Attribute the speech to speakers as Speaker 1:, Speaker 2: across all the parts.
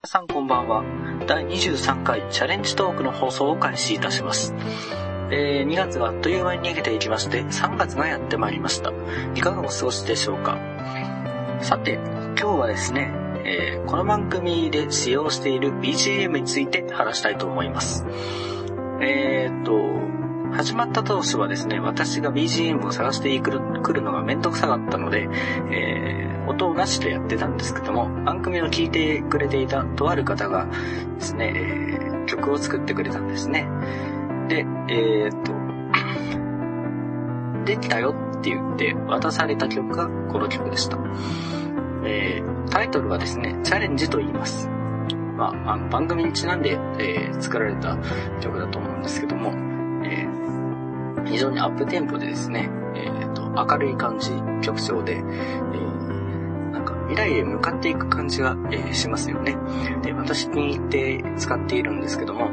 Speaker 1: さんこんばんは。第23回チャレンジトークの放送を開始いたします。2月があっという間に逃げていきまして、3月がやってまいりました。いかがお過ごしでしょうか。さて、今日はですね、この番組で使用している BGM について話したいと思います。始まった当初はですね、私が BGM を探してくるのがめんどくさかったので、音をなしでやってたんですけども、番組を聞いてくれていたとある方がですね、曲を作ってくれたんですね。で、できたよって言って渡された曲がこの曲でした。タイトルはですね、チャレンジと言います。番組にちなんで、作られた曲だと思うんですけども、非常にアップテンポでですね、明るい感じ、曲調で、なんか未来へ向かっていく感じが、しますよね。で、私に言って使っているんですけども、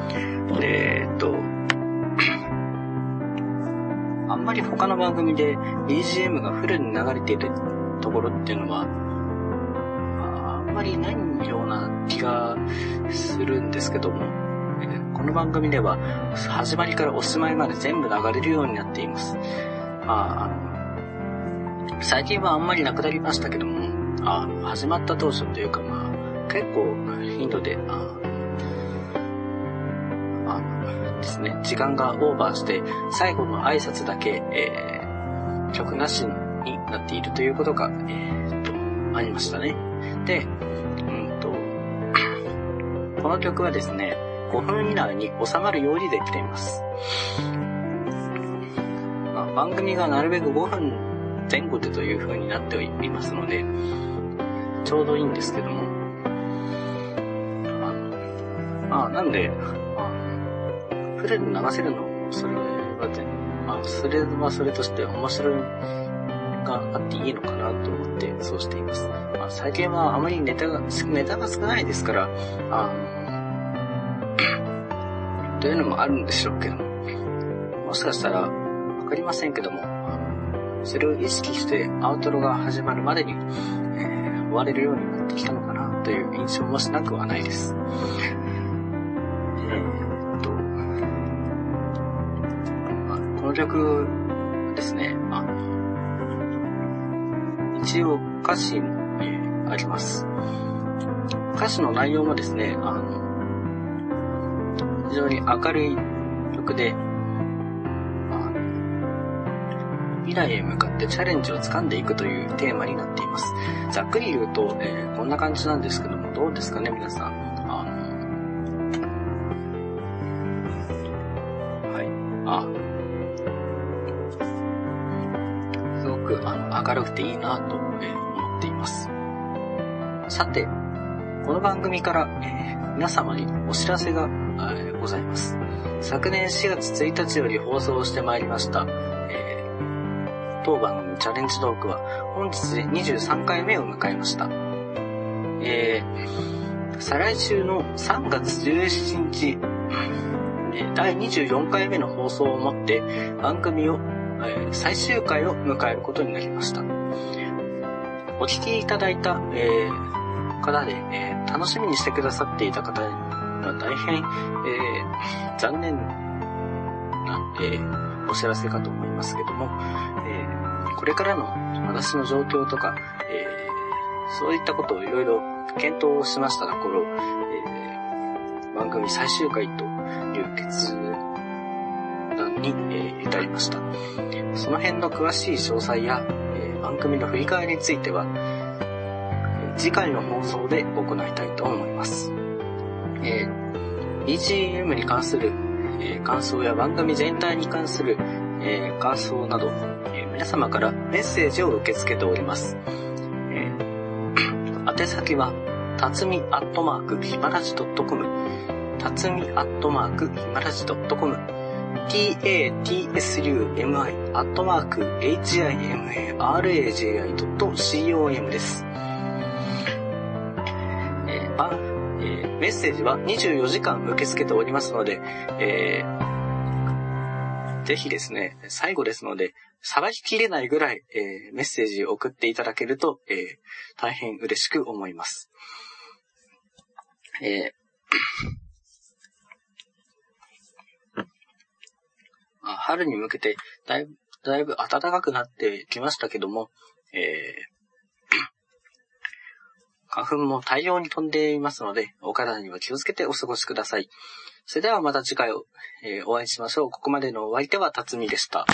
Speaker 1: あんまり他の番組で BGM がフルに流れているところっていうのは、あんまりないような気がするんですけども、この番組では始まりからおしまいまで全部流れるようになっています。最近はあんまりなくなりましたけども、始まった当初というか、結構頻度でですね、時間がオーバーして最後の挨拶だけ、曲なしになっているということが、ありましたね。で、この曲はですね、5分以内に収まるようにできています。番組がなるべく5分前後でという風になっていますので、ちょうどいいんですけども、なんで、フルで流せるの、それはそれとして面白いがあっていいのかなと思ってそうしています。最近はあまりネタが少ないですから、というのもあるんでしょうけども、もしかしたらわかりませんけども、それを意識してアウトロが始まるまでに、終われるようになってきたのかなという印象もしなくはないです。この曲ですね、一応歌詞も、あります。歌詞の内容もですね、非常に明るい曲で、未来へ向かってチャレンジを掴んでいくというテーマになっています。ざっくり言うと、こんな感じなんですけども、どうですかね皆さん。すごく明るくていいなと、思っています。さて、この番組から、皆様にお知らせが、ございます。昨年4月1日より放送してまいりました、当番組チャレンジトークは本日で23回目を迎えました。再来週の3月17日、第24回目の放送をもって番組を、最終回を迎えることになりました。お聞きいただいた、方で、楽しみにしてくださっていた方には大変、残念な、お知らせかと思いますけども、これからの私の状況とか、そういったことをいろいろ検討しましたところ、番組最終回という決断に、至りました。その辺の詳しい詳細や、番組の振り返りについては、次回の放送で行いたいと思います。BGM に関する、感想や番組全体に関する、感想など、皆様からメッセージを受け付けております。宛先はたつみひまらじ .com たつみひまらじ .com tatsumi@himaraji.com です。メッセージは24時間受け付けておりますので、ぜひですね、最後ですので、さばききれないぐらい、メッセージを送っていただけると、大変嬉しく思います。 春に向けてだいぶ暖かくなってきましたけども、花粉も大量に飛んでいますので、お体には気をつけてお過ごしください。それではまた次回お会いしましょう。ここまでのお相手は辰巳でした。